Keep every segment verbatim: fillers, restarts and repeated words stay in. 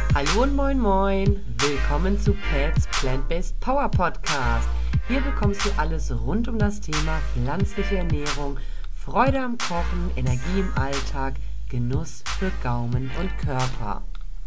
Hallo und moin moin, willkommen zu Pat's Plant-Based Power Podcast. Hier bekommst du alles rund um das Thema pflanzliche Ernährung, Freude am Kochen, Energie im Alltag, Genuss für Gaumen und Körper.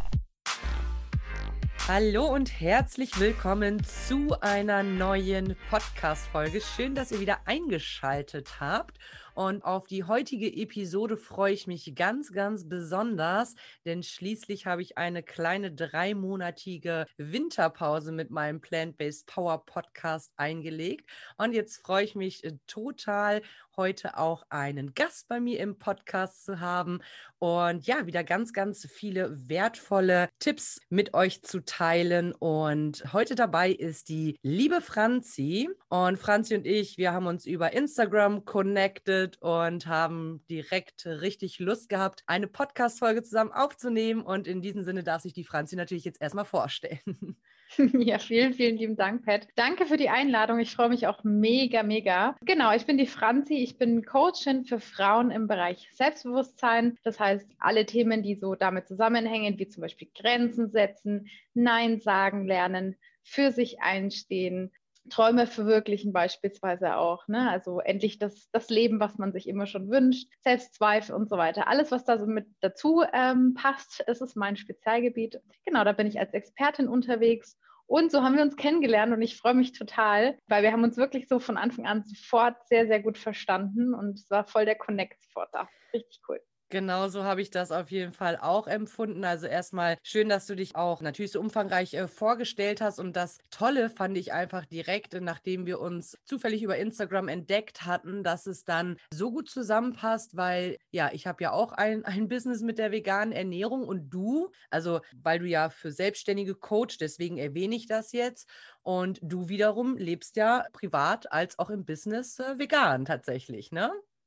Hallo und herzlich willkommen zu einer neuen Podcast-Folge. Schön, dass ihr wieder eingeschaltet habt. Und auf die heutige Episode freue ich mich ganz, ganz besonders, denn schließlich habe ich eine kleine dreimonatige Winterpause mit meinem Plant-Based Power Podcast eingelegt. Und jetzt freue ich mich total, heute auch einen Gast bei mir im Podcast zu haben und ja, wieder ganz, ganz viele wertvolle Tipps mit euch zu teilen. Und heute dabei ist die liebe Franzi. Und Franzi und ich, wir haben uns über Instagram connected und haben direkt richtig Lust gehabt, eine Podcast-Folge zusammen aufzunehmen. Und in diesem Sinne darf sich die Franzi natürlich jetzt erstmal vorstellen. Ja, vielen, vielen lieben Dank, Pat. Danke für die Einladung. Ich freue mich auch mega, mega. Genau, ich bin die Franzi. Ich bin Coachin für Frauen im Bereich Selbstbewusstsein. Das heißt, alle Themen, die so damit zusammenhängen, wie zum Beispiel Grenzen setzen, Nein sagen lernen, für sich einstehen, Träume verwirklichen beispielsweise auch, ne? Also endlich das, das Leben, was man sich immer schon wünscht, Selbstzweifel und so weiter. Alles, was da so mit dazu ähm, passt, ist es mein Spezialgebiet. Genau, da bin ich als Expertin unterwegs. Und so haben wir uns kennengelernt und ich freue mich total, weil wir haben uns wirklich so von Anfang an sofort sehr, sehr gut verstanden und es war voll der Connect sofort da. Richtig cool. Genau so habe ich das auf jeden Fall auch empfunden. Also erstmal schön, dass du dich auch natürlich so umfangreich äh, vorgestellt hast. Und das Tolle fand ich einfach direkt, nachdem wir uns zufällig über Instagram entdeckt hatten, dass es dann so gut zusammenpasst, weil ja, ich habe ja auch ein, ein Business mit der veganen Ernährung und du, also weil du ja für Selbstständige coachst, deswegen erwähne ich das jetzt. Und du wiederum lebst ja privat als auch im Business äh, vegan tatsächlich, ne?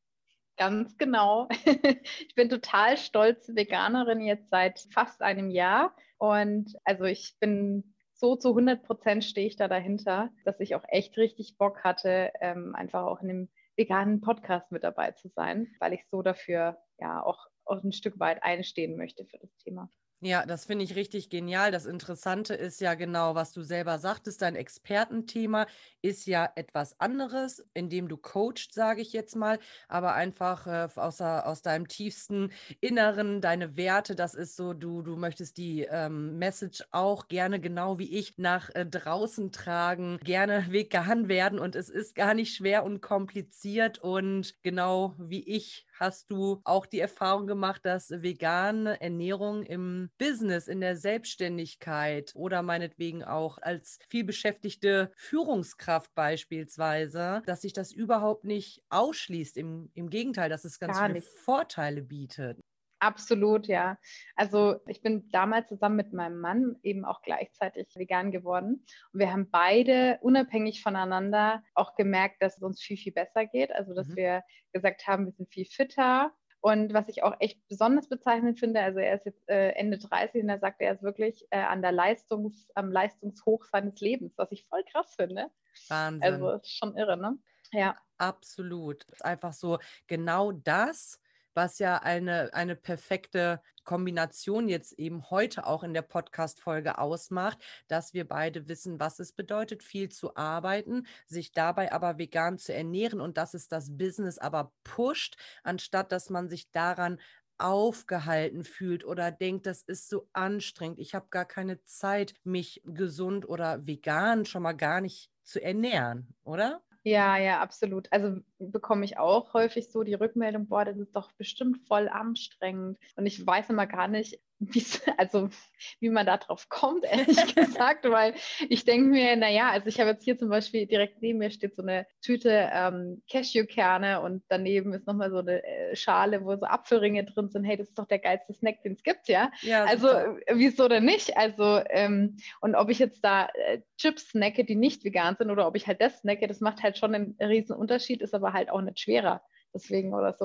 Ganz genau. Ich bin total stolze Veganerin jetzt seit fast einem Jahr. Und also ich bin so zu hundert Prozent stehe ich da dahinter, dass ich auch echt richtig Bock hatte, ähm, einfach auch in einem veganen Podcast mit dabei zu sein, weil ich so dafür ja auch, auch ein Stück weit einstehen möchte für das Thema. Ja, das finde ich richtig genial. Das Interessante ist ja genau, was du selber sagtest, dein Expertenthema ist ja etwas anderes, indem du coachst, sage ich jetzt mal, aber einfach äh, aus, der- aus deinem tiefsten Inneren, deine Werte, das ist so, du, du möchtest die ähm, Message auch gerne genau wie ich nach äh, draußen tragen, gerne vegan werden und es ist gar nicht schwer und kompliziert und genau wie ich hast du auch die Erfahrung gemacht, dass vegane Ernährung im Business, in der Selbstständigkeit oder meinetwegen auch als vielbeschäftigte Führungskraft beispielsweise, dass sich das überhaupt nicht ausschließt. Im, im Gegenteil, dass es ganz Gar viele nicht. Vorteile bietet. Absolut, ja. Also ich bin damals zusammen mit meinem Mann eben auch gleichzeitig vegan geworden. Und wir haben beide unabhängig voneinander auch gemerkt, dass es uns viel, viel besser geht. Also dass Mhm. wir gesagt haben, wir sind viel fitter. Und was ich auch echt besonders bezeichnend finde, also er ist jetzt äh, Ende dreißig und er sagt, er ist wirklich äh, an der Leistungs, am Leistungshoch seines Lebens, was ich voll krass finde. Also Wahnsinn. ist schon irre, ne? Ja. Absolut. Es ist einfach so genau das, was ja eine, eine perfekte Kombination jetzt eben heute auch in der Podcast-Folge ausmacht, dass wir beide wissen, was es bedeutet, viel zu arbeiten, sich dabei aber vegan zu ernähren und dass es das Business aber pusht, anstatt dass man sich daran aufgehalten fühlt oder denkt, das ist so anstrengend, ich habe gar keine Zeit, mich gesund oder vegan schon mal gar nicht zu ernähren, oder? Ja, ja, absolut. Also bekomme ich auch häufig so die Rückmeldung, boah, das ist doch bestimmt voll anstrengend. Und ich weiß immer gar nicht, wie's, also wie man da drauf kommt, ehrlich gesagt, weil ich denke mir, naja, also ich habe jetzt hier zum Beispiel direkt neben mir steht so eine Tüte ähm, Cashewkerne und daneben ist nochmal so eine äh, Schale, wo so Apfelringe drin sind. Hey, das ist doch der geilste Snack, den es gibt, ja. Ja, Also super. äh, wieso denn nicht? Also ähm, und ob ich jetzt da äh, Chips snacke, die nicht vegan sind, oder ob ich halt das snacke, das macht halt schon einen riesen Unterschied, ist aber halt auch nicht schwerer. Deswegen oder so, ne?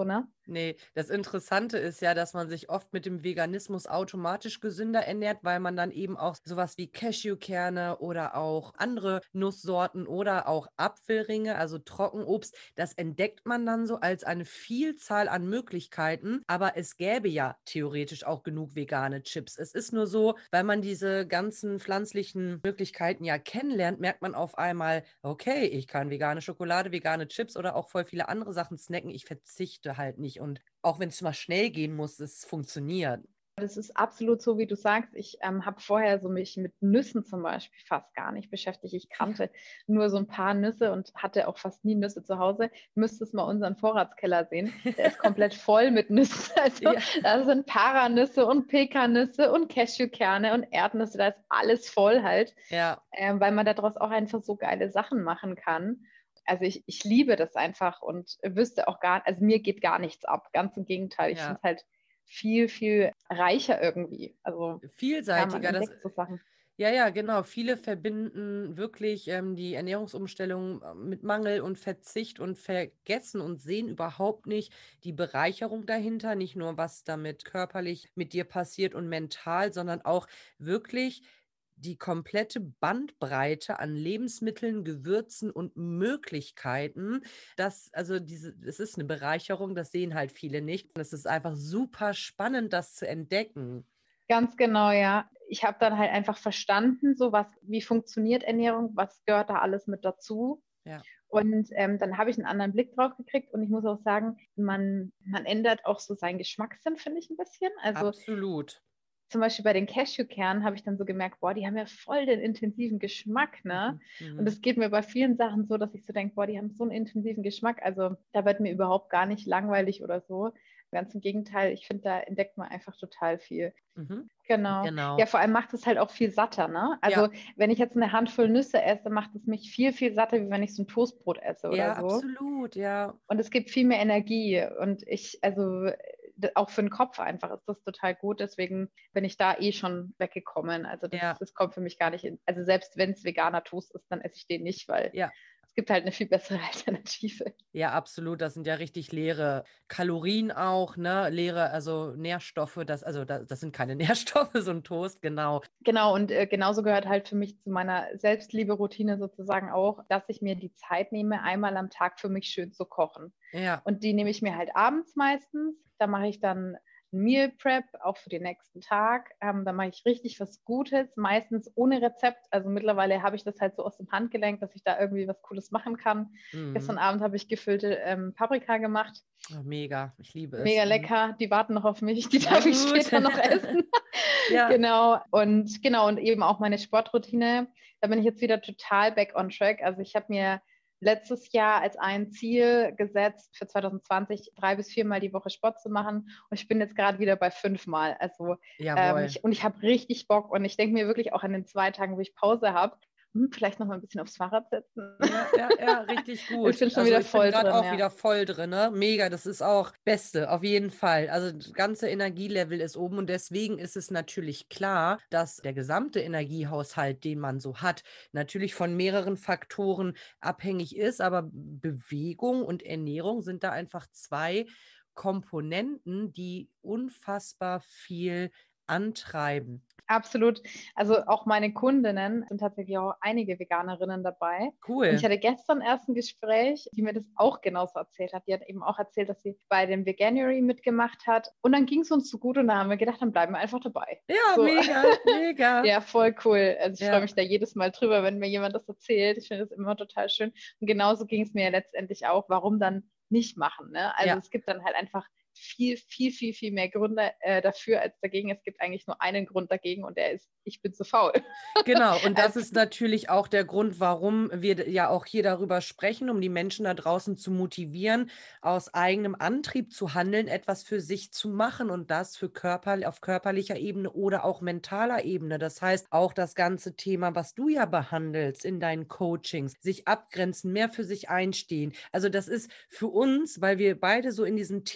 Ne, das Interessante ist ja, dass man sich oft mit dem Veganismus automatisch gesünder ernährt, weil man dann eben auch sowas wie Cashewkerne oder auch andere Nusssorten oder auch Apfelringe, also Trockenobst, das entdeckt man dann so als eine Vielzahl an Möglichkeiten, aber es gäbe ja theoretisch auch genug vegane Chips. Es ist nur so, weil man diese ganzen pflanzlichen Möglichkeiten ja kennenlernt, merkt man auf einmal: „Okay, ich kann vegane Schokolade, vegane Chips oder auch voll viele andere Sachen snacken. Ich verzichte halt nicht.“ Und auch wenn es mal schnell gehen muss, es funktioniert. Das ist absolut so, wie du sagst. Ich ähm, habe vorher so mich mit Nüssen zum Beispiel fast gar nicht beschäftigt. Ich Ja. kannte nur so ein paar Nüsse und hatte auch fast nie Nüsse zu Hause. Müsstest mal unseren Vorratskeller sehen. Der ist komplett voll mit Nüssen. Also Ja, da sind Paranüsse und Pekannüsse und Cashewkerne und Erdnüsse. Da ist alles voll halt, ja, ähm, weil man daraus auch einfach so geile Sachen machen kann. Also ich, ich liebe das einfach und wüsste auch gar, also mir geht gar nichts ab. Ganz im Gegenteil. Ich finde ja. es halt viel, viel reicher irgendwie. Also ja, man Vielseitiger, das entdeckt so Sachen. ja, ja, genau. Viele verbinden wirklich, ähm, die Ernährungsumstellung, äh, mit Mangel und Verzicht und vergessen und sehen überhaupt nicht die Bereicherung dahinter, nicht nur, was damit körperlich mit dir passiert und mental, sondern auch wirklich die komplette Bandbreite an Lebensmitteln, Gewürzen und Möglichkeiten. Das also diese es ist eine Bereicherung, das sehen halt viele nicht. Es ist einfach super spannend, das zu entdecken. Ganz genau, ja. Ich habe dann halt einfach verstanden, so was, wie funktioniert Ernährung, was gehört da alles mit dazu. Ja, Und ähm, dann habe ich einen anderen Blick drauf gekriegt und ich muss auch sagen, man, man ändert auch so seinen Geschmackssinn, finde ich ein bisschen. Also absolut. zum Beispiel bei den Cashewkernen habe ich dann so gemerkt, boah, die haben ja voll den intensiven Geschmack, ne? Mhm, Und mhm. es geht mir bei vielen Sachen so, dass ich so denke, boah, die haben so einen intensiven Geschmack. Also da wird mir überhaupt gar nicht langweilig oder so. Ganz im Gegenteil, ich finde, da entdeckt man einfach total viel. Mhm. Genau. Genau. Ja, vor allem macht es halt auch viel satter, ne? Ja, Also wenn ich jetzt eine Handvoll Nüsse esse, macht es mich viel, viel satter, wie wenn ich so ein Toastbrot esse oder ja, so. absolut, ja. Und es gibt viel mehr Energie. Und ich, also d- auch für den Kopf einfach ist das total gut. Deswegen bin ich da eh schon weggekommen. Also das, Ja, das kommt für mich gar nicht in. Also selbst wenn es veganer Toast ist, dann esse ich den nicht, weil ja. es gibt halt eine viel bessere Alternative. Ja, absolut. Das sind ja richtig leere Kalorien auch, ne? Leere, also Nährstoffe, das also da das sind keine Nährstoffe, so 'n Toast, genau. Genau, und äh, genauso gehört halt für mich zu meiner Selbstliebe-Routine sozusagen auch, dass ich mir die Zeit nehme, einmal am Tag für mich schön zu kochen. Ja, Und die nehme ich mir halt abends meistens. Da mache ich dann ein Meal Prep, auch für den nächsten Tag. Ähm, da mache ich richtig was Gutes, meistens ohne Rezept. Also mittlerweile habe ich das halt so aus dem Handgelenk, dass ich da irgendwie was Cooles machen kann. Gestern mhm. Abend habe ich gefüllte ähm, Paprika gemacht. Oh, mega, ich liebe es. Mega Mhm. lecker, die warten noch auf mich, die Sehr darf ich gut. später noch essen. Ja, Genau, und genau, und eben auch meine Sportroutine. Da bin ich jetzt wieder total back on track. Also ich habe mir letztes Jahr als ein Ziel gesetzt, für zwanzig zwanzig drei bis viermal die Woche Sport zu machen. Und ich bin jetzt gerade wieder bei fünfmal. Also ähm, jawohl. ich, und ich habe richtig Bock und ich denke mir wirklich auch an den zwei Tagen, wo ich Pause habe, hm, vielleicht noch mal ein bisschen aufs Fahrrad setzen. Ja, ja, ja, richtig Ich gut. bin schon Also, wieder ich bin voll grad drin, auch ja. wieder voll drin, ne? Mega, das ist auch Beste, auf jeden Fall. Also, das ganze Energielevel ist oben und deswegen ist es natürlich klar, dass der gesamte Energiehaushalt, den man so hat, natürlich von mehreren Faktoren abhängig ist, aber Bewegung und Ernährung sind da einfach zwei Komponenten, die unfassbar viel antreiben. Absolut. Also auch meine Kundinnen sind tatsächlich auch einige Veganerinnen dabei. Und ich Cool. hatte gestern erst ein Gespräch, die mir das auch genauso erzählt hat. Die hat eben auch erzählt, dass sie bei dem Veganuary mitgemacht hat. Und dann ging es uns so gut und da haben wir gedacht, dann bleiben wir einfach dabei. Ja, So, mega, mega. ja, voll cool. Also ich freue Ja, mich da jedes Mal drüber, wenn mir jemand das erzählt. Ich finde das immer total schön. Und genauso ging es mir ja letztendlich auch. Warum dann nicht machen? Ne? Also ja. es gibt dann halt einfach viel, viel, viel, viel mehr Gründe äh, dafür als dagegen. Es gibt eigentlich nur einen Grund dagegen und der ist, ich bin zu faul. Genau, und das Also, ist natürlich auch der Grund, warum wir d ja auch hier darüber sprechen, um die Menschen da draußen zu motivieren, aus eigenem Antrieb zu handeln, etwas für sich zu machen und das für körperl auf körperlicher Ebene oder auch mentaler Ebene. Das heißt, auch das ganze Thema, was du ja behandelst in deinen Coachings, sich abgrenzen, mehr für sich einstehen. Also, das ist für uns, weil wir beide so in diesen Themen drin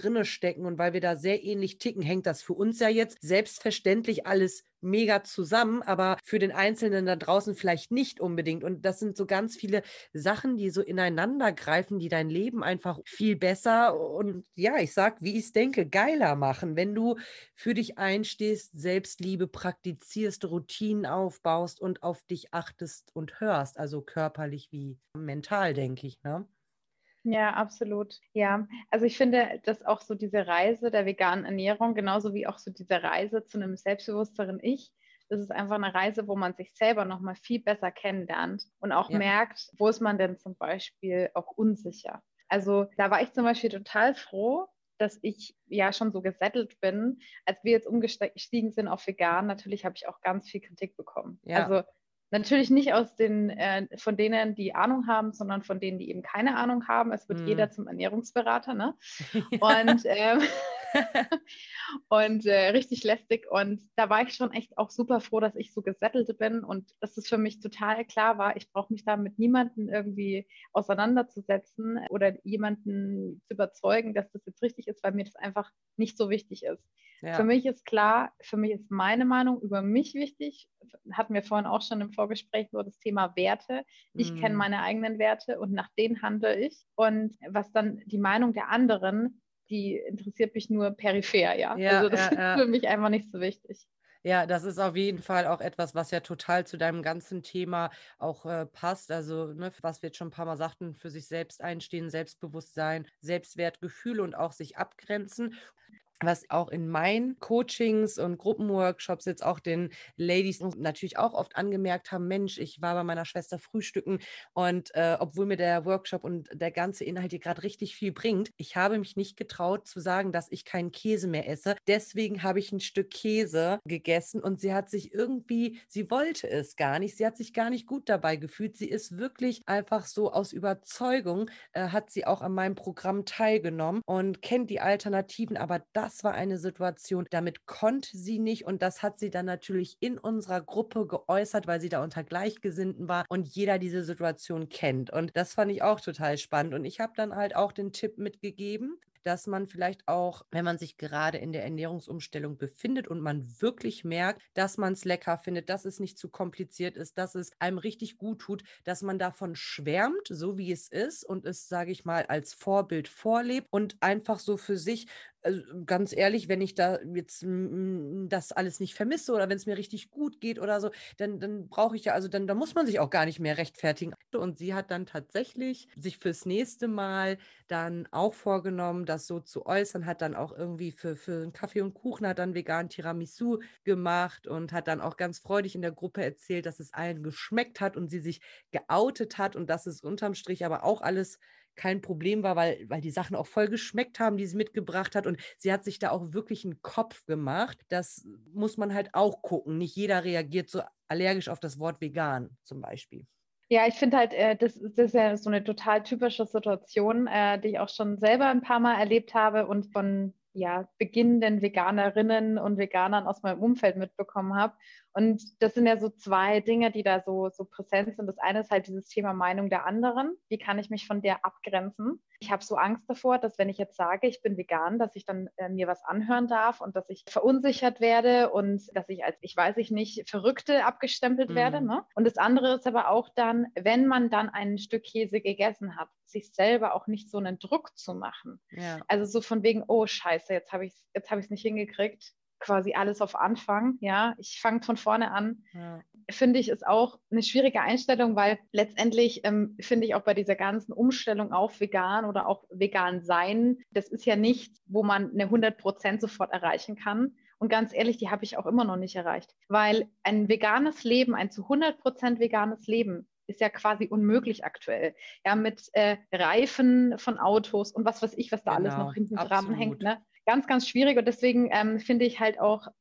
drinne stecken und weil wir da sehr ähnlich ticken, hängt das für uns ja jetzt selbstverständlich alles mega zusammen, aber für den Einzelnen da draußen vielleicht nicht unbedingt. Und das sind so ganz viele Sachen, die so ineinander greifen, die dein Leben einfach viel besser und ja, ich sag, wie ich es denke, geiler machen. Wenn du für dich einstehst, Selbstliebe praktizierst, Routinen aufbaust und auf dich achtest und hörst, also körperlich wie mental, denke ich, ne? Ja, absolut. Ja, also ich finde, dass auch so diese Reise der veganen Ernährung, genauso wie auch so diese Reise zu einem selbstbewussteren Ich, das ist einfach eine Reise, wo man sich selber nochmal viel besser kennenlernt und auch Ja. merkt, wo ist man denn zum Beispiel auch unsicher. Also da war ich zum Beispiel total froh, dass ich ja schon so gesettelt bin, als wir jetzt umgestiegen sind auf vegan. Natürlich habe ich auch ganz viel Kritik bekommen. Ja. Also natürlich nicht aus den, äh, von denen, die Ahnung haben, sondern von denen, die eben keine Ahnung haben. Es wird Mm. jeder zum Ernährungsberater, ne? Und, ähm, und äh, richtig lästig. Und da war ich schon echt auch super froh, dass ich so gesettelt bin und dass es für mich total klar war, ich brauche mich da mit niemandem irgendwie auseinanderzusetzen oder jemanden zu überzeugen, dass das jetzt richtig ist, weil mir das einfach nicht so wichtig ist. Ja. Für mich ist klar, für mich ist meine Meinung über mich wichtig. Hatten wir vorhin auch schon im Vorgespräch so das Thema Werte. Ich Mm. kenne meine eigenen Werte und nach denen handle ich. Und was dann die Meinung der anderen, die interessiert mich nur peripher, ja. Ja, also das ja, ist ja. für mich einfach nicht so wichtig. Ja, das ist auf jeden Fall auch etwas, was ja total zu deinem ganzen Thema auch äh, passt. Also, ne, was wir jetzt schon ein paar Mal sagten, für sich selbst einstehen, Selbstbewusstsein, Selbstwertgefühl und auch sich abgrenzen. Was auch in meinen Coachings und Gruppenworkshops jetzt auch den Ladies natürlich auch oft angemerkt haben, Mensch, ich war bei meiner Schwester frühstücken und äh, obwohl mir der Workshop und der ganze Inhalt hier gerade richtig viel bringt, ich habe mich nicht getraut zu sagen, dass ich keinen Käse mehr esse. Deswegen habe ich ein Stück Käse gegessen und sie hat sich irgendwie, sie wollte es gar nicht, sie hat sich gar nicht gut dabei gefühlt. Sie ist wirklich einfach so aus Überzeugung, äh, hat sie auch an meinem Programm teilgenommen und kennt die Alternativen, aber das Das war eine Situation, damit konnte sie nicht und das hat sie dann natürlich in unserer Gruppe geäußert, weil sie da unter Gleichgesinnten war und jeder diese Situation kennt. Und das fand ich auch total spannend. Und ich habe dann halt auch den Tipp mitgegeben, dass man vielleicht auch, wenn man sich gerade in der Ernährungsumstellung befindet und man wirklich merkt, dass man es lecker findet, dass es nicht zu kompliziert ist, dass es einem richtig gut tut, dass man davon schwärmt, so wie es ist und es, sage ich mal, als Vorbild vorlebt und einfach so für sich, also ganz ehrlich, wenn ich da jetzt mm, das alles nicht vermisse oder wenn es mir richtig gut geht oder so, dann, dann brauche ich ja, also dann, dann muss man sich auch gar nicht mehr rechtfertigen. Und sie hat dann tatsächlich sich fürs nächste Mal dann auch vorgenommen, das so zu äußern, hat dann auch irgendwie für, für einen Kaffee und Kuchen, hat dann vegan Tiramisu gemacht und hat dann auch ganz freudig in der Gruppe erzählt, dass es allen geschmeckt hat und sie sich geoutet hat und dass es unterm Strich aber auch alles kein Problem war, weil, weil die Sachen auch voll geschmeckt haben, die sie mitgebracht hat. Und sie hat sich da auch wirklich einen Kopf gemacht. Das muss man halt auch gucken. Nicht jeder reagiert so allergisch auf das Wort vegan zum Beispiel. Ja, ich finde halt, äh, das, das ist ja so eine total typische Situation, äh, die ich auch schon selber ein paar Mal erlebt habe und von ja, beginnenden Veganerinnen und Veganern aus meinem Umfeld mitbekommen habe. Und das sind ja so zwei Dinge, die da so, so präsent sind. Das eine ist halt dieses Thema Meinung der anderen. Wie kann ich mich von der abgrenzen? Ich habe so Angst davor, dass wenn ich jetzt sage, ich bin vegan, dass ich dann äh, mir was anhören darf und dass ich verunsichert werde und dass ich als, ich weiß ich nicht, Verrückte abgestempelt Mhm. werde. Ne? Und das andere ist aber auch dann, wenn man dann ein Stück Käse gegessen hat, sich selber auch nicht so einen Druck zu machen. Ja. Also so von wegen, oh Scheiße, jetzt habe ich es jetzt hab ich's nicht hingekriegt. Quasi alles auf Anfang, ja, ich fange von vorne an, Ja. finde ich, ist auch eine schwierige Einstellung, weil letztendlich ähm, finde ich auch bei dieser ganzen Umstellung auf vegan oder auch vegan sein, das ist ja nichts, wo man eine hundert Prozent sofort erreichen kann. Und ganz ehrlich, die habe ich auch immer noch nicht erreicht, weil ein veganes Leben, ein zu hundert Prozent veganes Leben, ist ja quasi unmöglich aktuell. Ja, mit äh, Reifen von Autos und was weiß ich, was da Genau, alles noch hinten absolut. dran hängt. Ne? Ganz, ganz schwierig und deswegen ähm, finde ich halt auch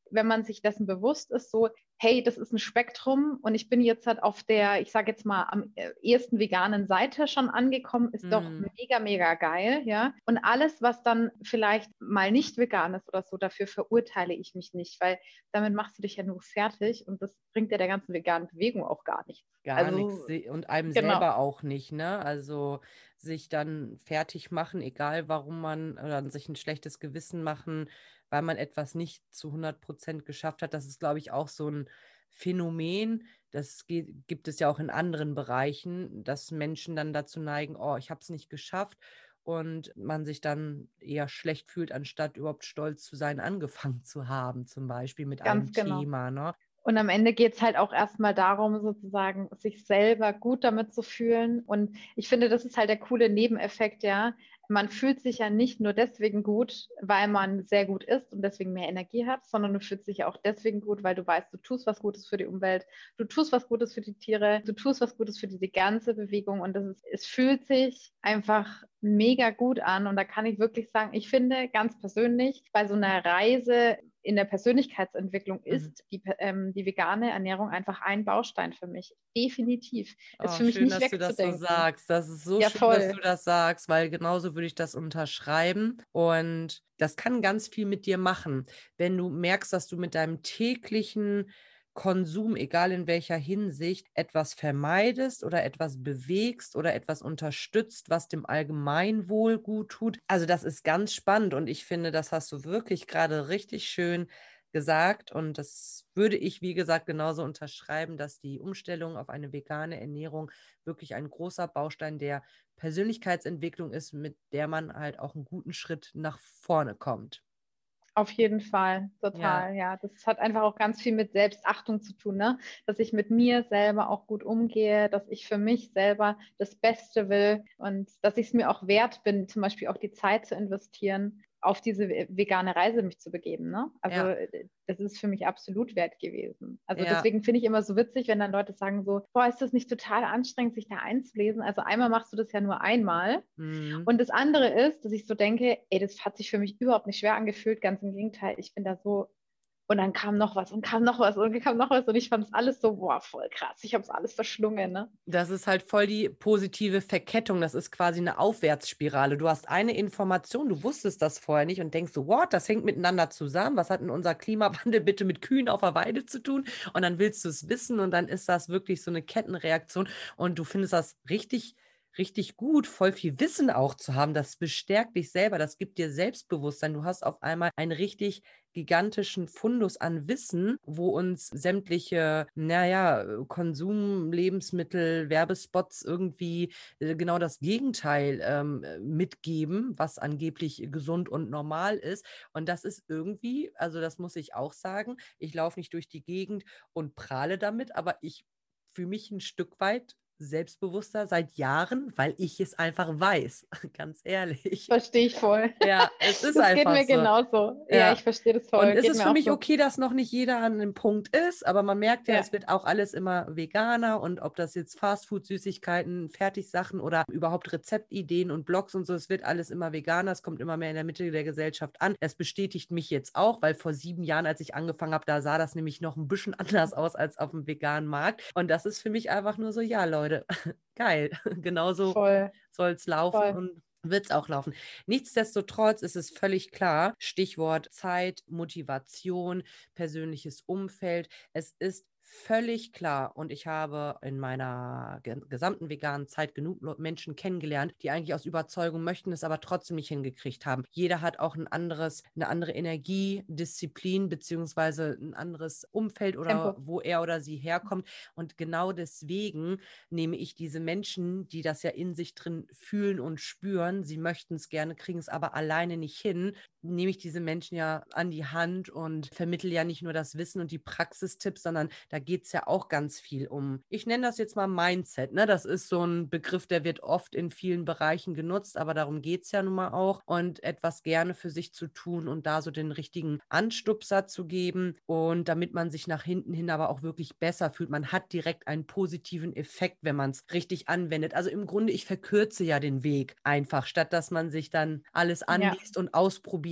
wenn man sich dessen bewusst ist, so, hey, das ist ein Spektrum und ich bin jetzt halt auf der, ich sage jetzt mal, am ehesten veganen Seite schon angekommen, ist mm. doch mega, mega geil, ja. Und alles, was dann vielleicht mal nicht vegan ist oder so, dafür verurteile ich mich nicht, weil damit machst du dich ja nur fertig und das bringt ja der ganzen veganen Bewegung auch gar nichts. Gar also, nichts und einem genau. selber auch nicht, ne? Also sich dann fertig machen, egal warum man, oder sich ein schlechtes Gewissen machen, weil man etwas nicht zu hundert Prozent geschafft hat. Das ist, glaube ich, auch so ein Phänomen. Das geht, gibt es ja auch in anderen Bereichen, dass Menschen dann dazu neigen, oh, ich habe es nicht geschafft. Und man sich dann eher schlecht fühlt, anstatt überhaupt stolz zu sein, angefangen zu haben, zum Beispiel mit Ganz einem genau. Thema, ne? Und am Ende geht es halt auch erstmal darum, sozusagen sich selber gut damit zu fühlen. Und ich finde, das ist halt der coole Nebeneffekt, ja. Man fühlt sich ja nicht nur deswegen gut, weil man sehr gut ist und deswegen mehr Energie hat, sondern du fühlst dich ja auch deswegen gut, weil du weißt, du tust was Gutes für die Umwelt, du tust was Gutes für die Tiere, du tust was Gutes für diese ganze Bewegung und das ist, es fühlt sich einfach mega gut an. Und da kann ich wirklich sagen, ich finde ganz persönlich, bei so einer Reise in der Persönlichkeitsentwicklung ist mhm. die, ähm, die vegane Ernährung einfach ein Baustein für mich. Definitiv. Oh, ist für mich schön, nicht dass wegzudenken. du das so sagst. Das ist so ja, schön, voll. dass du das sagst, weil genauso würde ich das unterschreiben. Und das kann ganz viel mit dir machen, wenn du merkst, dass du mit deinem täglichen Konsum, egal in welcher Hinsicht, etwas vermeidest oder etwas bewegst oder etwas unterstützt, was dem Allgemeinwohl gut tut. Also das ist ganz spannend und ich finde, das hast du wirklich gerade richtig schön gesagt und das würde ich, wie gesagt, genauso unterschreiben, dass die Umstellung auf eine vegane Ernährung wirklich ein großer Baustein der Persönlichkeitsentwicklung ist, mit der man halt auch einen guten Schritt nach vorne kommt. Auf jeden Fall, total, ja. ja. Das hat einfach auch ganz viel mit Selbstachtung zu tun, ne? Dass ich mit mir selber auch gut umgehe, dass ich für mich selber das Beste will und dass ich es mir auch wert bin, zum Beispiel auch die Zeit zu investieren, auf diese vegane Reise mich zu begeben, ne? Also ja. Das ist für mich absolut wert gewesen. Also ja. Deswegen finde ich immer so witzig, wenn dann Leute sagen so, boah, ist das nicht total anstrengend, sich da einzulesen? Also einmal machst du das ja nur einmal. Mhm. Und das andere ist, dass ich so denke, ey, das hat sich für mich überhaupt nicht schwer angefühlt, ganz im Gegenteil, ich bin da so. Und dann kam noch was und kam noch was und kam noch was und ich fand es alles so, boah, voll krass, ich habe es alles verschlungen, ne? Das ist halt voll die positive Verkettung, das ist quasi eine Aufwärtsspirale. Du hast eine Information, du wusstest das vorher nicht und denkst so, what, das hängt miteinander zusammen, was hat denn unser Klimawandel bitte mit Kühen auf der Weide zu tun? Und dann willst du es wissen und dann ist das wirklich so eine Kettenreaktion und du findest das richtig richtig gut, voll viel Wissen auch zu haben, das bestärkt dich selber, das gibt dir Selbstbewusstsein. Du hast auf einmal einen richtig gigantischen Fundus an Wissen, wo uns sämtliche, naja, Konsum, Lebensmittel, Werbespots irgendwie äh, genau das Gegenteil ähm, mitgeben, was angeblich gesund und normal ist. Und das ist irgendwie, also das muss ich auch sagen, ich laufe nicht durch die Gegend und prahle damit, aber ich fühle mich ein Stück weit selbstbewusster seit Jahren, weil ich es einfach weiß, ganz ehrlich. Verstehe ich voll. Ja, es ist das einfach so. Das geht mir genauso. Ja, ja, ich verstehe das voll. Und es geht ist für mich so. okay, dass noch nicht jeder an dem Punkt ist, aber man merkt ja, ja, es wird auch alles immer veganer und ob das jetzt Fastfood, Süßigkeiten, Fertigsachen oder überhaupt Rezeptideen und Blogs und so, es wird alles immer veganer, es kommt immer mehr in der Mitte der Gesellschaft an. Es bestätigt mich jetzt auch, weil vor sieben Jahren, als ich angefangen habe, da sah das nämlich noch ein bisschen anders aus als auf dem veganen Markt. Und das ist für mich einfach nur so, ja, Leute, geil, genauso soll es laufen Voll. Und wird es auch laufen. Nichtsdestotrotz ist es völlig klar, Stichwort Zeit, Motivation, persönliches Umfeld, es ist völlig klar und ich habe in meiner ge- gesamten veganen Zeit genug Menschen kennengelernt, die eigentlich aus Überzeugung möchten, es aber trotzdem nicht hingekriegt haben. Jeder hat auch ein anderes, eine andere Energie, Disziplin beziehungsweise ein anderes Umfeld oder Tempo. Wo er oder sie herkommt und genau deswegen nehme ich diese Menschen, die das ja in sich drin fühlen und spüren, sie möchten es gerne, kriegen es aber alleine nicht hin, nehme ich diese Menschen ja an die Hand und vermittle ja nicht nur das Wissen und die Praxistipps, sondern da geht es ja auch ganz viel um, ich nenne das jetzt mal Mindset, ne? Das ist so ein Begriff, der wird oft in vielen Bereichen genutzt, aber darum geht es ja nun mal auch und etwas gerne für sich zu tun und da so den richtigen Anstupser zu geben und damit man sich nach hinten hin aber auch wirklich besser fühlt. Man hat direkt einen positiven Effekt, wenn man es richtig anwendet. Also im Grunde, ich verkürze ja den Weg einfach, statt dass man sich dann alles anliest ja. und ausprobiert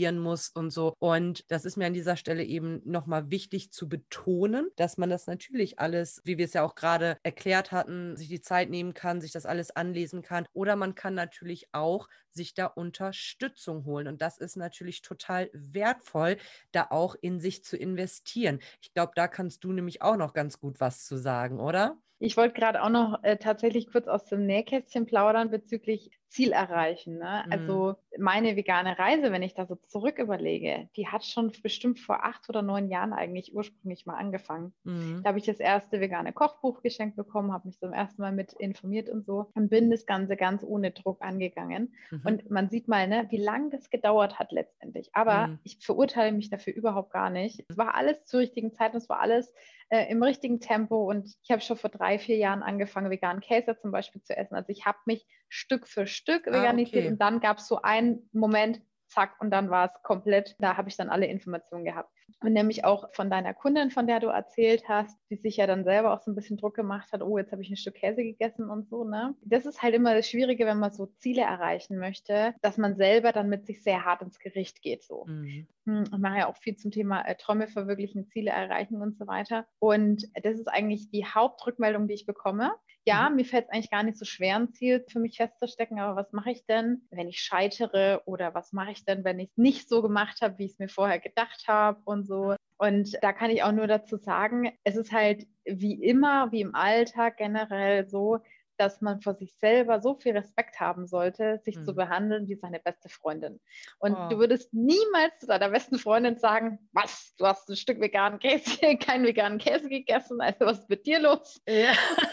probieren muss und so. Und das ist mir an dieser Stelle eben nochmal wichtig zu betonen, dass man das natürlich alles, wie wir es ja auch gerade erklärt hatten, sich die Zeit nehmen kann, sich das alles anlesen kann. Oder man kann natürlich auch sich da Unterstützung holen. Und das ist natürlich total wertvoll, da auch in sich zu investieren. Ich glaube, da kannst du nämlich auch noch ganz gut was zu sagen, oder? Ich wollte gerade auch noch äh, tatsächlich kurz aus dem Nähkästchen plaudern bezüglich Ziel erreichen. Ne? Mhm. Also meine vegane Reise, wenn ich da so zurück überlege, die hat schon bestimmt vor acht oder neun Jahren eigentlich ursprünglich mal angefangen. Mhm. Da habe ich das erste vegane Kochbuch geschenkt bekommen, habe mich zum ersten Mal mit informiert und so und bin das Ganze ganz ohne Druck angegangen. Mhm. Und man sieht mal, ne, wie lange das gedauert hat letztendlich. Aber Mhm. ich verurteile mich dafür überhaupt gar nicht. Es war alles zur richtigen Zeit und es war alles äh, im richtigen Tempo. Und ich habe schon vor drei, vier Jahren angefangen, veganen Käse zum Beispiel zu essen. Also ich habe mich Stück für Stück Ah, veganisiert okay. und dann gab es so einen Moment, zack, und dann war es komplett, da habe ich dann alle Informationen gehabt. Und nämlich auch von deiner Kundin, von der du erzählt hast, die sich ja dann selber auch so ein bisschen Druck gemacht hat, oh, jetzt habe ich ein Stück Käse gegessen und so, ne? Das ist halt immer das Schwierige, wenn man so Ziele erreichen möchte, dass man selber dann mit sich sehr hart ins Gericht geht, so. Mhm. Ich mache ja auch viel zum Thema äh, Träume verwirklichen, Ziele erreichen und so weiter. Und das ist eigentlich die Hauptrückmeldung, die ich bekomme. Ja, Mhm. mir fällt es eigentlich gar nicht so schwer, ein Ziel für mich festzustecken, aber was mache ich denn, wenn ich scheitere oder was mache ich denn, wenn ich es nicht so gemacht habe, wie ich es mir vorher gedacht habe und so. Und da kann ich auch nur dazu sagen, es ist halt wie immer, wie im Alltag generell so, dass man vor sich selber so viel Respekt haben sollte, sich Mhm. zu behandeln wie seine beste Freundin. Und Oh. du würdest niemals zu deiner besten Freundin sagen, was, du hast ein Stück veganen Käse, keinen veganen Käse gegessen, also was ist mit dir los? Ja.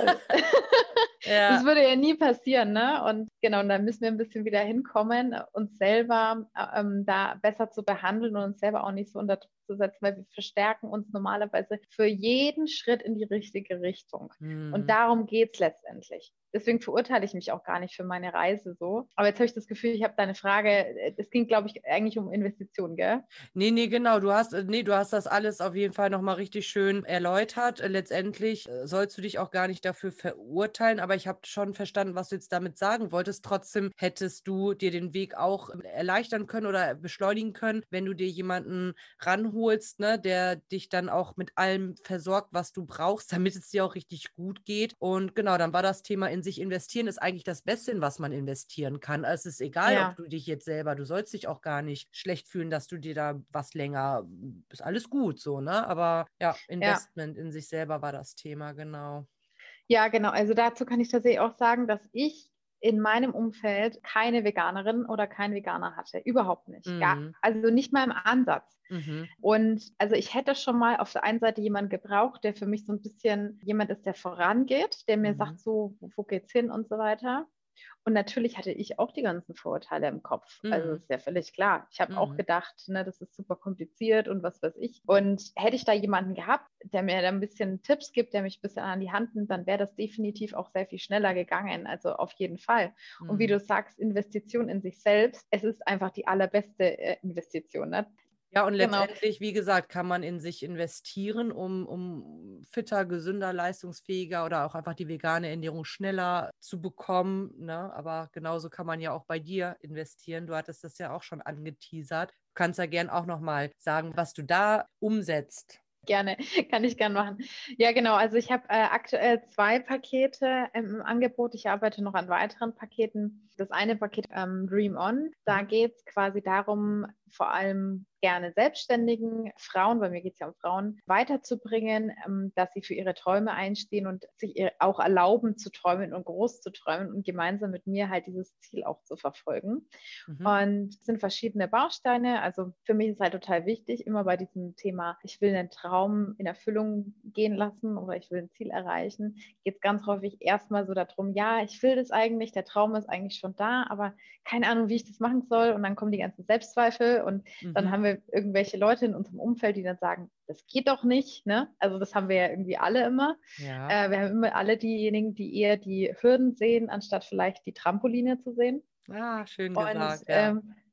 Ja. Das würde ja nie passieren, ne? Und genau, und da müssen wir ein bisschen wieder hinkommen, uns selber ähm, da besser zu behandeln und uns selber auch nicht so unter Druck zu setzen, weil wir verstärken uns normalerweise für jeden Schritt in die richtige Richtung. Mhm. Und darum geht es letztendlich. Deswegen verurteile ich mich auch gar nicht für meine Reise so. Aber jetzt habe ich das Gefühl, ich habe deine Frage, es ging, glaube ich, eigentlich um Investitionen, gell? Nee, nee, genau. Du hast, äh, nee, du hast das alles auf jeden Fall nochmal richtig schön erläutert. Äh, Letztendlich äh, sollst du dich auch gar nicht dafür verurteilen, aber ich habe schon verstanden, was du jetzt damit sagen wolltest. Trotzdem hättest du dir den Weg auch ähm, erleichtern können oder beschleunigen können, wenn du dir jemanden ranholst, ne, der dich dann auch mit allem versorgt, was du brauchst, damit es dir auch richtig gut geht. Und genau, dann war das Thema in sich investieren, ist eigentlich das Beste, in was man investieren kann. Es ist egal, ob Ja. du dich jetzt selber, du sollst dich auch gar nicht schlecht fühlen, dass du dir da was länger, ist alles gut so, ne? Aber ja, Ja. Investment in sich selber war das Thema, genau. Ja, genau. Also dazu kann ich tatsächlich auch sagen, dass ich in meinem Umfeld keine Veganerin oder keinen Veganer hatte. Überhaupt nicht. Gar, Mhm. also nicht mal im Ansatz. Mhm. Und also ich hätte schon mal auf der einen Seite jemanden gebraucht, der für mich so ein bisschen jemand ist, der vorangeht, der mir Mhm. sagt, so, wo, wo geht's hin und so weiter. Und natürlich hatte ich auch die ganzen Vorurteile im Kopf. Also Mhm. ist ja völlig klar. Ich habe auch Mhm. gedacht, ne, das ist super kompliziert und was weiß ich. Und hätte ich da jemanden gehabt, der mir da ein bisschen Tipps gibt, der mich ein bisschen an die Hand nimmt, dann wäre das definitiv auch sehr viel schneller gegangen. Also auf jeden Fall. Und wie Mhm. du sagst, Investition in sich selbst, es ist einfach die allerbeste äh, Investition. Ne? Ja, und Genau. letztendlich, wie gesagt, kann man in sich investieren, um, um fitter, gesünder, leistungsfähiger oder auch einfach die vegane Ernährung schneller zu bekommen. Ne? Aber genauso kann man ja auch bei dir investieren. Du hattest das ja auch schon angeteasert. Du kannst ja gern auch nochmal sagen, was du da umsetzt. Gerne, kann ich gern machen. Ja, genau. Also ich habe äh, aktuell zwei Pakete im Angebot. Ich arbeite noch an weiteren Paketen. Das eine Paket ähm, Dream On, da Mhm. geht es quasi darum, vor allem gerne selbstständigen Frauen, bei mir geht es ja um Frauen, weiterzubringen, ähm, dass sie für ihre Träume einstehen und sich ihr auch erlauben zu träumen und groß zu träumen und gemeinsam mit mir halt dieses Ziel auch zu verfolgen. Mhm. Und es sind verschiedene Bausteine. Also für mich ist halt total wichtig, immer bei diesem Thema, ich will einen Traum in Erfüllung gehen lassen oder ich will ein Ziel erreichen, geht es ganz häufig erstmal so darum, ja, ich will das eigentlich, der Traum ist eigentlich schon da, aber keine Ahnung, wie ich das machen soll. Und dann kommen die ganzen Selbstzweifel und Mhm. dann haben wir irgendwelche Leute in unserem Umfeld, die dann sagen, das geht doch nicht. Ne? Also das haben wir ja irgendwie alle immer. Ja. Äh, wir haben immer alle diejenigen, die eher die Hürden sehen, anstatt vielleicht die Trampoline zu sehen. Ah, schön Und gesagt, ja. ähm,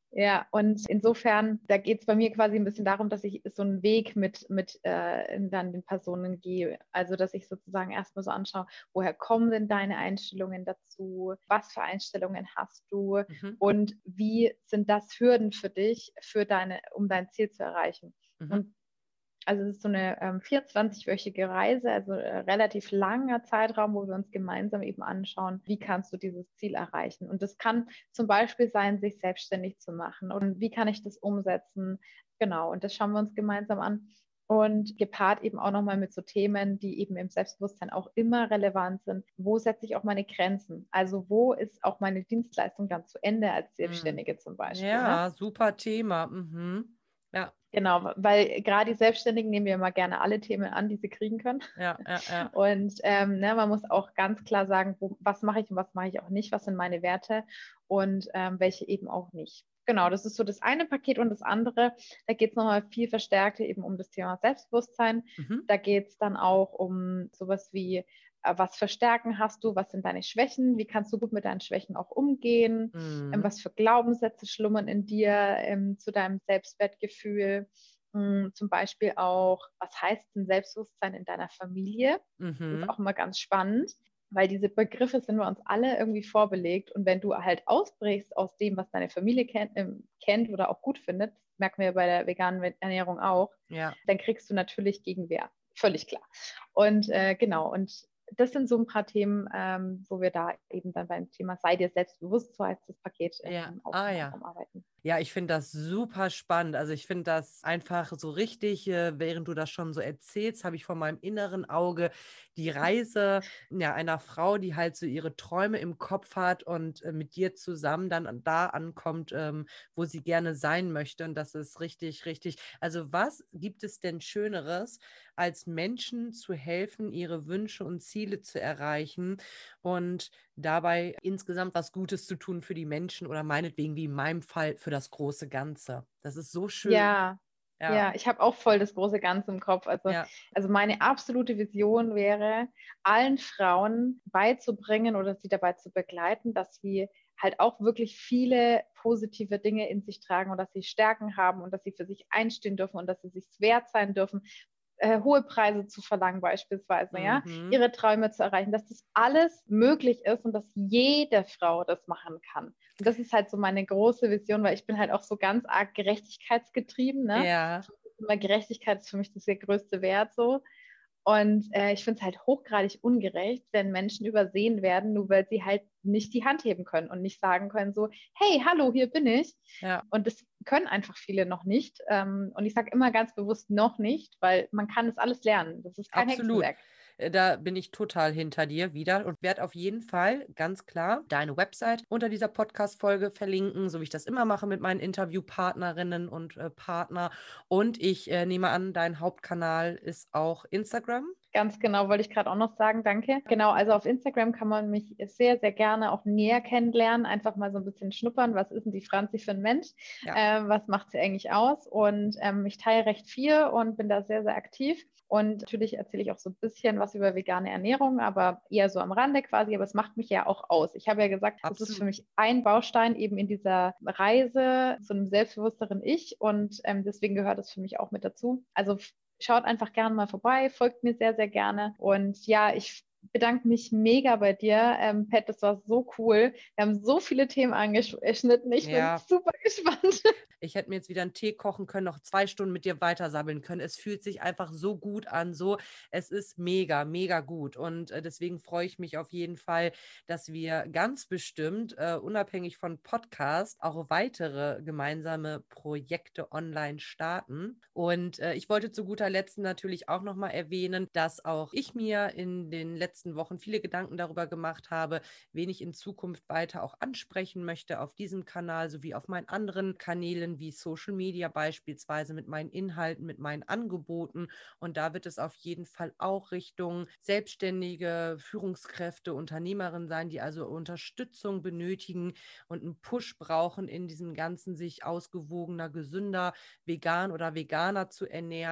Ja, und insofern, da geht es bei mir quasi ein bisschen darum, dass ich so einen Weg mit, mit äh, dann den Personen gehe. Also, dass ich sozusagen erstmal so anschaue, woher kommen denn deine Einstellungen dazu? Was für Einstellungen hast du? Mhm. Und wie sind das Hürden für dich, für deine, um dein Ziel zu erreichen? Mhm. Und also es ist so eine ähm, vierundzwanzig-wöchige Reise, also äh, relativ langer Zeitraum, wo wir uns gemeinsam eben anschauen, wie kannst du dieses Ziel erreichen. Und das kann zum Beispiel sein, sich selbstständig zu machen. Und wie kann ich das umsetzen? Genau, und das schauen wir uns gemeinsam an. Und gepaart eben auch nochmal mit so Themen, die eben im Selbstbewusstsein auch immer relevant sind. Wo setze ich auch meine Grenzen? Also wo ist auch meine Dienstleistung dann zu Ende als Mhm. Selbstständige zum Beispiel? Ne? Ja, super Thema. Mhm. Ja, Genau, weil gerade die Selbstständigen nehmen ja immer gerne alle Themen an, die sie kriegen können. ja, ja, ja. Und ähm, ne, man muss auch ganz klar sagen, wo, was mache ich und was mache ich auch nicht, was sind meine Werte und ähm, welche eben auch nicht. Genau, das ist so das eine Paket und das andere, da geht es nochmal viel verstärkter eben um das Thema Selbstbewusstsein. Mhm. Da geht es dann auch um sowas wie, äh, was für Stärken hast du, was sind deine Schwächen, wie kannst du gut mit deinen Schwächen auch umgehen, ähm, Mhm. was für Glaubenssätze schlummern in dir ähm, zu deinem Selbstwertgefühl. Ähm, zum Beispiel auch, was heißt denn Selbstbewusstsein in deiner Familie? Das ist Mhm. auch immer ganz spannend, weil diese Begriffe sind wir uns alle irgendwie vorbelegt. Und wenn du halt ausbrichst aus dem, was deine Familie kennt, äh, kennt oder auch gut findet, merken wir bei der veganen Ernährung auch, Ja. dann kriegst du natürlich Gegenwehr. Völlig klar. Und äh, genau, und das sind so ein paar Themen, ähm, wo wir da eben dann beim Thema Sei dir selbstbewusst, so heißt das Paket, Ja. ähm, auch Ah ja. gemeinsam arbeiten. Ja, ich finde das super spannend. Also ich finde das einfach so richtig, äh, während du das schon so erzählst, habe ich vor meinem inneren Auge die Reise ja, einer Frau, die halt so ihre Träume im Kopf hat und äh, mit dir zusammen dann an- da ankommt, ähm, wo sie gerne sein möchte. Und das ist richtig, richtig. Also was gibt es denn Schöneres, als Menschen zu helfen, ihre Wünsche und Ziele zu erreichen und dabei insgesamt was Gutes zu tun für die Menschen oder meinetwegen, wie in meinem Fall, für das große Ganze. Das ist so schön. Ja, Ja, ja, ich habe auch voll das große Ganze im Kopf. Also, ja. also meine absolute Vision wäre, allen Frauen beizubringen oder sie dabei zu begleiten, dass sie halt auch wirklich viele positive Dinge in sich tragen und dass sie Stärken haben und dass sie für sich einstehen dürfen und dass sie sich wert sein dürfen, äh, hohe Preise zu verlangen beispielsweise, ja, Mhm. ihre Träume zu erreichen, dass das alles möglich ist und dass jede Frau das machen kann. Und das ist halt so meine große Vision, weil ich bin halt auch so ganz arg gerechtigkeitsgetrieben, ne? Ja, Immer Gerechtigkeit ist für mich das der größte Wert so. Und äh, ich finde es halt hochgradig ungerecht, wenn Menschen übersehen werden, nur weil sie halt nicht die Hand heben können und nicht sagen können so, hey, hallo, hier bin ich. ja, Und das können einfach viele noch nicht. Ähm, und ich sage immer ganz bewusst noch nicht, weil man kann das alles lernen. Das ist kein absolut. Hexenwerk. Äh, Da bin ich total hinter dir wieder und werde auf jeden Fall ganz klar deine Website unter dieser Podcast-Folge verlinken, so wie ich das immer mache mit meinen Interviewpartnerinnen und äh, Partner. Und ich äh, nehme an, dein Hauptkanal ist auch Instagram. Ganz genau, wollte ich gerade auch noch sagen, danke. Genau, also auf Instagram kann man mich sehr, sehr gerne auch näher kennenlernen, einfach mal so ein bisschen schnuppern, was ist denn die Franzi für ein Mensch, Ja, ähm, was macht sie eigentlich aus und ähm, ich teile recht viel und bin da sehr, sehr aktiv und natürlich erzähle ich auch so ein bisschen was über vegane Ernährung, aber eher so am Rande quasi, aber es macht mich ja auch aus. Ich habe ja gesagt, das ist für absolut. mich ein Baustein eben in dieser Reise zu einem selbstbewussteren Ich und ähm, deswegen gehört es für mich auch mit dazu. Also schaut einfach gerne mal vorbei, folgt mir sehr, sehr gerne. Und ja, ich bedanke mich mega bei dir. Ähm, Pat, das war so cool. Wir haben so viele Themen angeschnitten. Ich bin Ja, super gespannt. ich hätte mir jetzt wieder einen Tee kochen können, noch zwei Stunden mit dir weitersabbeln können. Es fühlt sich einfach so gut an, so. Es ist mega, mega gut. Und äh, deswegen freue ich mich auf jeden Fall, dass wir ganz bestimmt, äh, unabhängig von Podcast, auch weitere gemeinsame Projekte online starten. Und äh, ich wollte zu guter Letzt natürlich auch nochmal erwähnen, dass auch ich mir in den letzten Wochen viele Gedanken darüber gemacht habe, wen ich in Zukunft weiter auch ansprechen möchte auf diesem Kanal sowie auf meinen anderen Kanälen wie Social Media beispielsweise mit meinen Inhalten, mit meinen Angeboten. Und da wird es auf jeden Fall auch Richtung selbstständige Führungskräfte, Unternehmerinnen sein, die also Unterstützung benötigen und einen Push brauchen in diesem ganzen sich ausgewogener, gesünder, vegan oder veganer zu ernähren.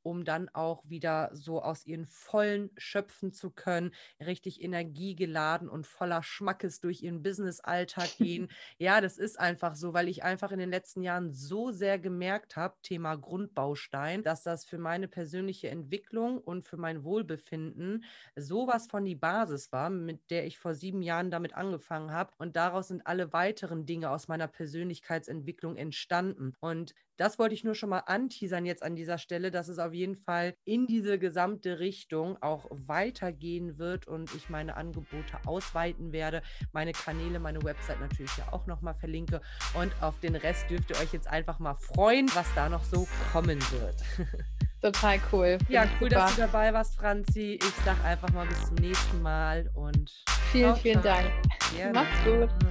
um dann auch wieder so aus ihren Vollen schöpfen zu können, richtig energiegeladen und voller Schmackes durch ihren Business-Alltag gehen. Ja, das ist einfach so, weil ich einfach in den letzten Jahren so sehr gemerkt habe, Thema Grundbaustein, dass das für meine persönliche Entwicklung und für mein Wohlbefinden sowas von die Basis war, mit der ich vor sieben Jahren damit angefangen habe. Und daraus sind alle weiteren Dinge aus meiner Persönlichkeitsentwicklung entstanden. Und das wollte ich nur schon mal anteasern jetzt an dieser Stelle, dass es auf jeden Fall in diese gesamte Richtung auch weitergehen wird und ich meine Angebote ausweiten werde, meine Kanäle, meine Website natürlich ja auch nochmal verlinke und auf den Rest dürft ihr euch jetzt einfach mal freuen, was da noch so kommen wird. Total cool. Ja, cool, super, dass du dabei warst, Franzi. Ich sag einfach mal bis zum nächsten Mal und vielen, vielen Dank. Gerne. Mach's gut.